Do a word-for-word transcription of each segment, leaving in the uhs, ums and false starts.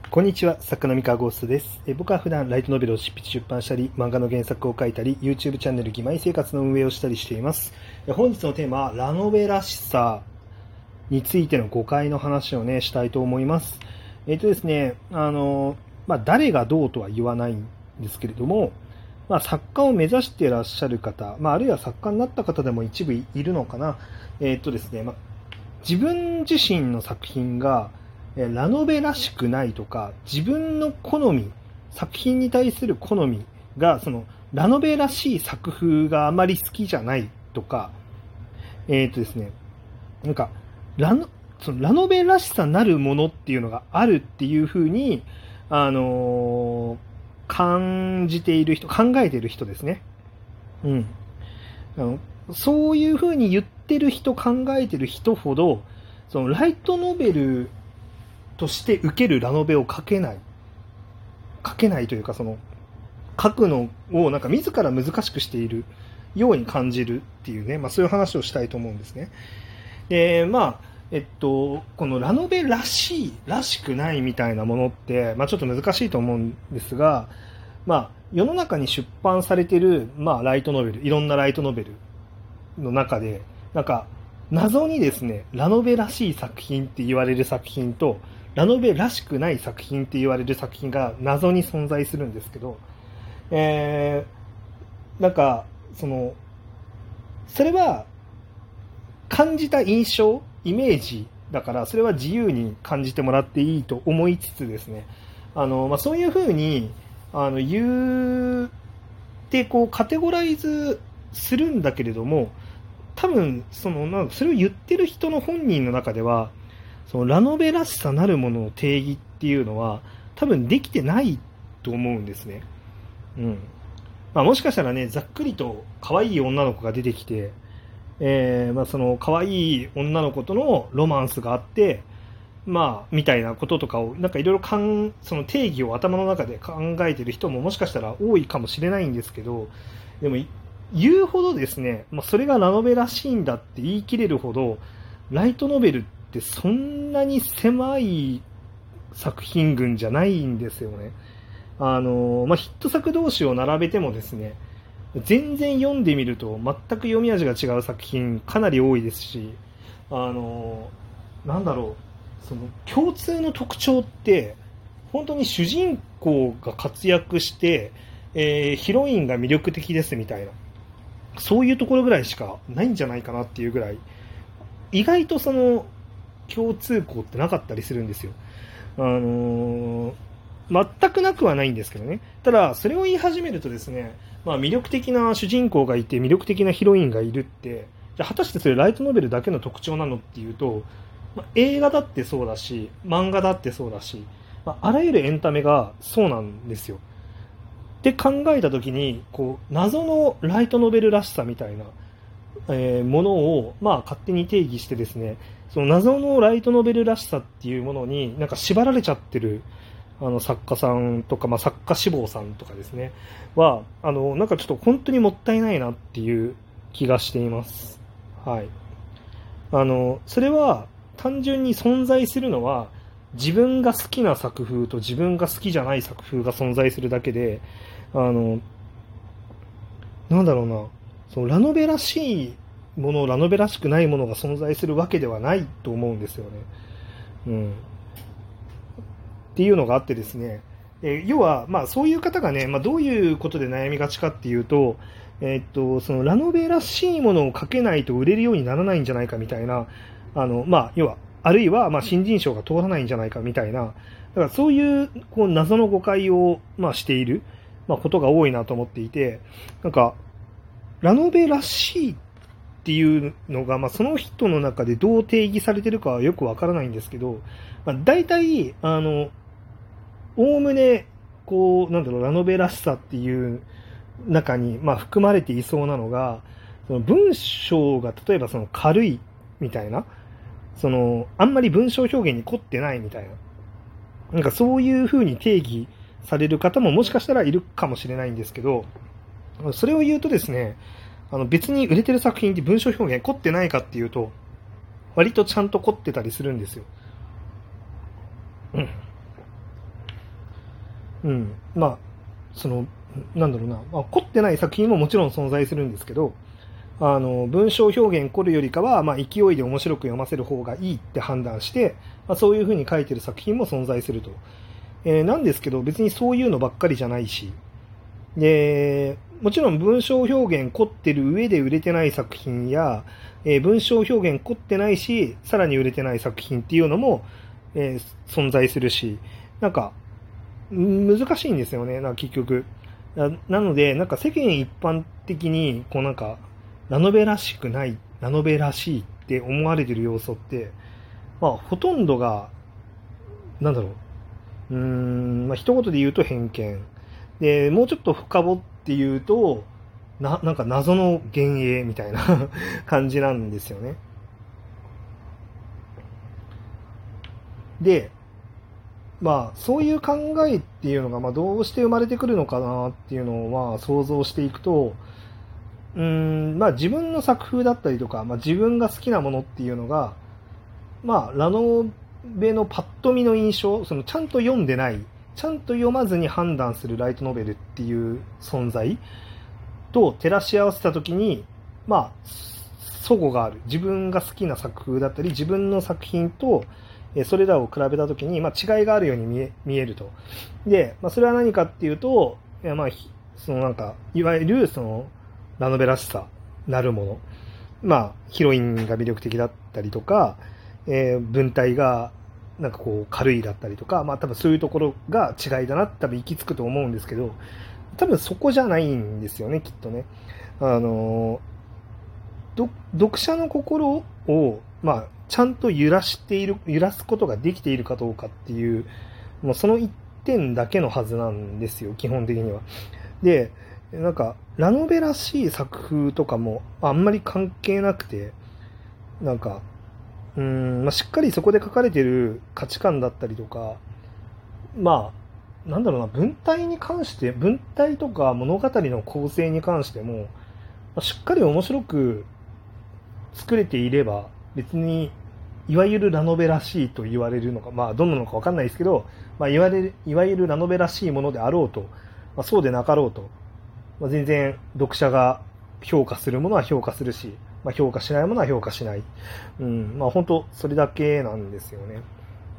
こんにちは、作家の三河ゴーストです。え僕は普段ライトノベルを執筆出版したり、漫画の原作を書いたり、YouTube チャンネル義妹生活の運営をしたりしています。本日のテーマは、ラノベらしさについての誤解の話をね、したいと思います。えっとですね、あの、まあ、誰がどうとは言わないんですけれども、まあ、作家を目指していらっしゃる方、まあ、あるいは作家になった方でも一部いるのかな。えっとですね、まあ、自分自身の作品が、ラノベらしくないとか、自分の好み、作品に対する好みが、その、ラノベらしい作風があまり好きじゃないとか、えっとですね、なんか、ラノ、そのラノベらしさなるものっていうのがあるっていうふうに、あのー、感じている人、考えている人ですね。うん。あの、そういうふうに言ってる人、考えてる人ほど、そのライトノベルとして受けるラノベを書けない。書けないというか、その、書くのをなんか自ら難しくしているように感じるっていうね、まあそういう話をしたいと思うんですね。で、まあ、えっと、このラノベらしい、らしくないみたいなものって、まあちょっと難しいと思うんですが、まあ世の中に出版されている、まあライトノベル、いろんなライトノベルの中で、なんか、謎にですね、ラノベらしい作品って言われる作品と、ラノベらしくない作品って言われる作品が謎に存在するんですけど、えー、なんか、その、それは、感じた印象、イメージだから、それは自由に感じてもらっていいと思いつつですね、あの、まあ、そういうふうに、あの、言って、こう、カテゴライズするんだけれども、多分、その、なんかそれを言ってる人の本人の中では、そのラノベらしさなるものの定義っていうのは多分できてないと思うんですね。うん。まあもしかしたらね、ざっくりと可愛い女の子が出てきて、えー、まあその可愛い女の子とのロマンスがあって、まあみたいなこととかをなんかいろいろかんその定義を頭の中で考えてる人ももしかしたら多いかもしれないんですけど、でも言うほどですね、まあそれがラノベらしいんだって言い切れるほどライトノベルってそんなに狭い作品群じゃないんですよね。あの、まあ、ヒット作同士を並べてもですね、全然読んでみると全く読み味が違う作品かなり多いですし、あの、なんだろう、その共通の特徴って本当に主人公が活躍して、えーヒロインが魅力的ですみたいな、そういうところぐらいしかないんじゃないかなっていうぐらい、意外とその共通項ってなかったりするんですよ。あのー全くなくはないんですけどね。ただ、それを言い始めるとですね、まあ、魅力的な主人公がいて、魅力的なヒロインがいるって、じゃあ果たしてそれライトノベルだけの特徴なのっていうと、まあ、映画だってそうだし、漫画だってそうだし、まあ、あらゆるエンタメがそうなんですよ。って考えたときに、こう、謎のライトノベルらしさみたいな、えーものを、まあ、勝手に定義してですね、その謎のライトノベルらしさっていうものになんか縛られちゃってるあの作家さんとか、まあ、作家志望さんとかですねは、あのなんかちょっと本当にもったいないなっていう気がしています。はい。あのそれは単純に存在するのは、自分が好きな作風と自分が好きじゃない作風が存在するだけで、あのなんだろうな、そのラノベらしいもの、ラノベらしくないものが存在するわけではないと思うんですよね。うん。っていうのがあってですね、えー要は、まあ、そういう方がね、まあ、どういうことで悩みがちかっていうと、えーっと、そのラノベらしいものを書けないと売れるようにならないんじゃないかみたいな、あの、まあ、要は、あるいは、まあ、新人賞が通らないんじゃないかみたいな、だからそういう、こう、謎の誤解を、まあ、している、まあ、ことが多いなと思っていて、なんか、ラノベらしいっていうのが、まあ、その人の中でどう定義されてるかはよくわからないんですけど、まあ、大体、あの、おおむね、こう、なんだろう、ラノベらしさっていう中に、まあ、含まれていそうなのが、その文章が例えばその軽いみたいな、その、あんまり文章表現に凝ってないみたいな、なんかそういう風に定義される方ももしかしたらいるかもしれないんですけど、それを言うとですね、あの別に売れてる作品って文章表現凝ってないかっていうと、割とちゃんと凝ってたりするんですよ。うん。 うん、まあそのなんだろうな、まあ、凝ってない作品ももちろん存在するんですけど、あの文章表現凝るよりかは、まあ、勢いで面白く読ませる方がいいって判断して、まあ、そういう風に書いてる作品も存在すると、えー、なんですけど別にそういうのばっかりじゃないし、でもちろん文章表現凝ってる上で売れてない作品や、えー、文章表現凝ってないしさらに売れてない作品っていうのも、えー、存在するし、なんか難しいんですよね、なんか結局。ななのでなんか世間一般的にこうなんかラノベらしくない、ラノベらしいって思われてる要素って、まあ、ほとんどがなんだろう、うーん、まあ、一言で言うと偏見で、もうちょっと深掘って言うとな、なんか謎の幻影みたいな感じなんですよね。で、まあ、そういう考えっていうのが、まあ、どうして生まれてくるのかなっていうのを、まあ、想像していくと、うーん、まあ、自分の作風だったりとか、まあ、自分が好きなものっていうのが、まあ、ラノベのパッと見の印象、そのちゃんと読んでない、ちゃんと読まずに判断するライトノベルっていう存在と照らし合わせたときに、まあ、齟齬がある。自分が好きな作風だったり、自分の作品と、それらを比べたときに、まあ、違いがあるように見え、見えると。で、まあ、それは何かっていうと、いやまあ、そのなんか、いわゆるその、ラノベらしさなるもの。まあ、ヒロインが魅力的だったりとか、えー、文体がなんかこう軽いだったりとか、まあ多分そういうところが違いだなって多分行き着くと思うんですけど、多分そこじゃないんですよね、きっとね。あのー、読者の心を、まあ、ちゃんと揺らしている、揺らすことができているかどうかっていう、もうその一点だけのはずなんですよ、基本的には。で、なんか、ラノベらしい作風とかもあんまり関係なくて、なんか、うーん、まあ、しっかりそこで書かれている価値観だったりとか、まあ、なんだろうな、文体に関して、文体とか物語の構成に関しても、まあ、しっかり面白く作れていれば、別に、いわゆるラノベらしいと言われるのか、まあ、どんなのかわかんないですけど、まあ、いわれる、いわゆるラノベらしいものであろうと、まあ、そうでなかろうと、まあ、全然読者が評価するものは評価するし、まあ、評価しないものは評価しない。うん、まあ本当それだけなんですよね。うん。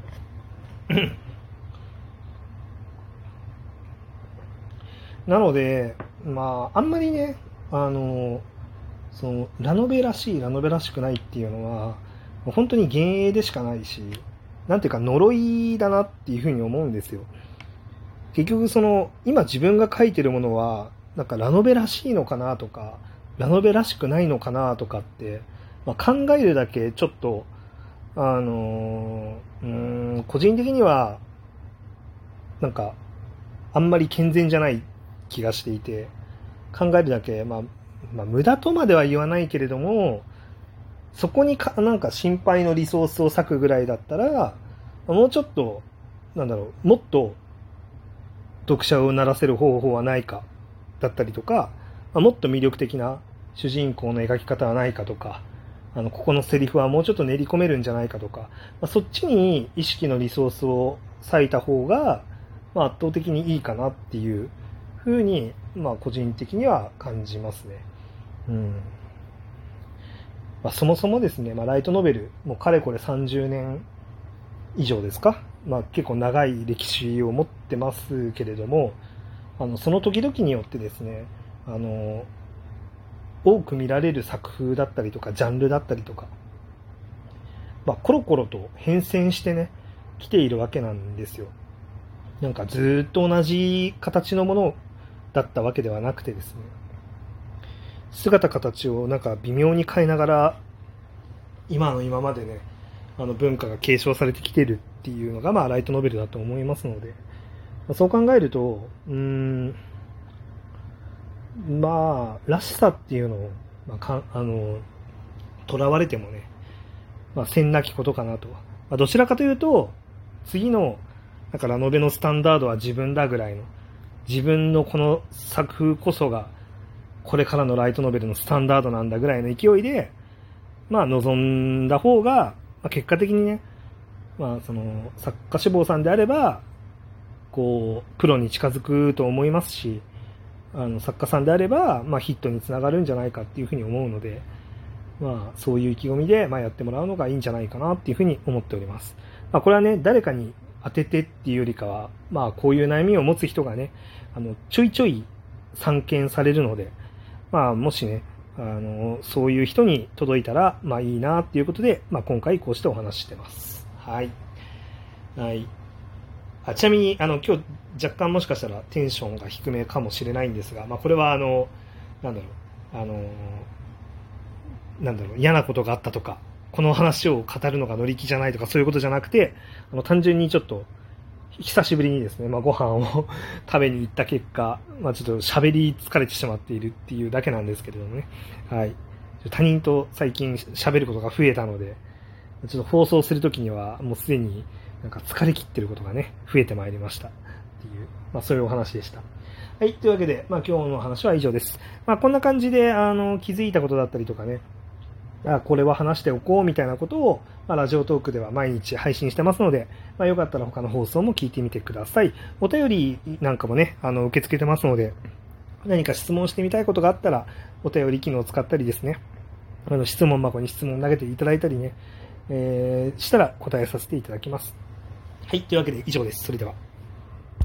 なので、まああんまりね、あの、そのラノベらしい、ラノベらしくないっていうのは、本当に幻影でしかないし、なんていうか呪いだなっていうふうに思うんですよ。結局その、今自分が書いてるものは、なんかラノベらしいのかなとか、ラノベらしくないのかなとかって、まあ、考えるだけちょっと、あのー、うーん、個人的には、なんか、あんまり健全じゃない気がしていて、考えるだけ、まあ、まあ、無駄とまでは言わないけれども、そこにか、なんか心配のリソースを割くぐらいだったら、もうちょっと、なんだろう、もっと読者をうならせる方法はないか、だったりとか、もっと魅力的な主人公の描き方はないかとか、あのここのセリフはもうちょっと練り込めるんじゃないかとか、まあ、そっちに意識のリソースを割いた方が、まあ、圧倒的にいいかなっていうふうに、まあ、個人的には感じますね。うんまあ、そもそもですね、まあ、ライトノベル、もうかれこれさんじゅうねん以上ですか、まあ、結構長い歴史を持ってますけれども、あのその時々によってですね、あの多く見られる作風だったりとかジャンルだったりとか、まあ、コロコロと変遷してね来ているわけなんですよ。なんかずっと同じ形のものだったわけではなくてですね、姿形をなんか微妙に変えながら今の今までね、あの文化が継承されてきてるっていうのがまあライトノベルだと思いますので、そう考えると、うーんまあらしさっていうのを、まあ、かあの囚われてもね、まあ、せんなきことかなと。まあ、どちらかというと次のなんかラノベのスタンダードは自分だぐらいの、自分のこの作風こそがこれからのライトノベルのスタンダードなんだぐらいの勢いで、まあ、望んだ方が、まあ、結果的にね、まあ、その作家志望さんであればこう、プロに近づくと思いますし、あの、作家さんであれば、まあ、ヒットにつながるんじゃないかっていうふうに思うので、まあ、そういう意気込みで、まあ、やってもらうのがいいんじゃないかなっていうふうに思っております。まあ、これはね、誰かに当ててっていうよりかは、まあ、こういう悩みを持つ人がね、あの、ちょいちょい散見されるので、まあ、もしね、あの、そういう人に届いたら、まあいいなっていうことで、まあ今回こうしてお話ししてます。はい。はい。あ、ちなみに、あの、今日若干もしかしたらテンションが低めかもしれないんですが、まあこれはあの、なんだろう、あの、なんだろう、嫌なことがあったとか、この話を語るのが乗り気じゃないとかそういうことじゃなくて、あの、単純にちょっと、久しぶりにですね、まあ、ご飯を食べに行った結果、まあ、ちょっと喋り疲れてしまっているっていうだけなんですけれどもね。はい。他人と最近喋ることが増えたので、ちょっと放送するときにはもうすでになんか疲れ切ってることがね、増えてまいりましたっていう、まあそういうお話でした。はい。というわけで、まあ今日の話は以上です。まあこんな感じで、あの、気づいたことだったりとかね、あ、これは話しておこうみたいなことを、まあ、ラジオトークでは毎日配信してますので、まあ、よかったら他の放送も聞いてみてください。お便りなんかもね、あの、受け付けてますので、何か質問してみたいことがあったら、お便り機能を使ったりですね、あの、質問箱に質問を投げていただいたりね、えー、したら答えさせていただきます。はい、というわけで以上です。それでは。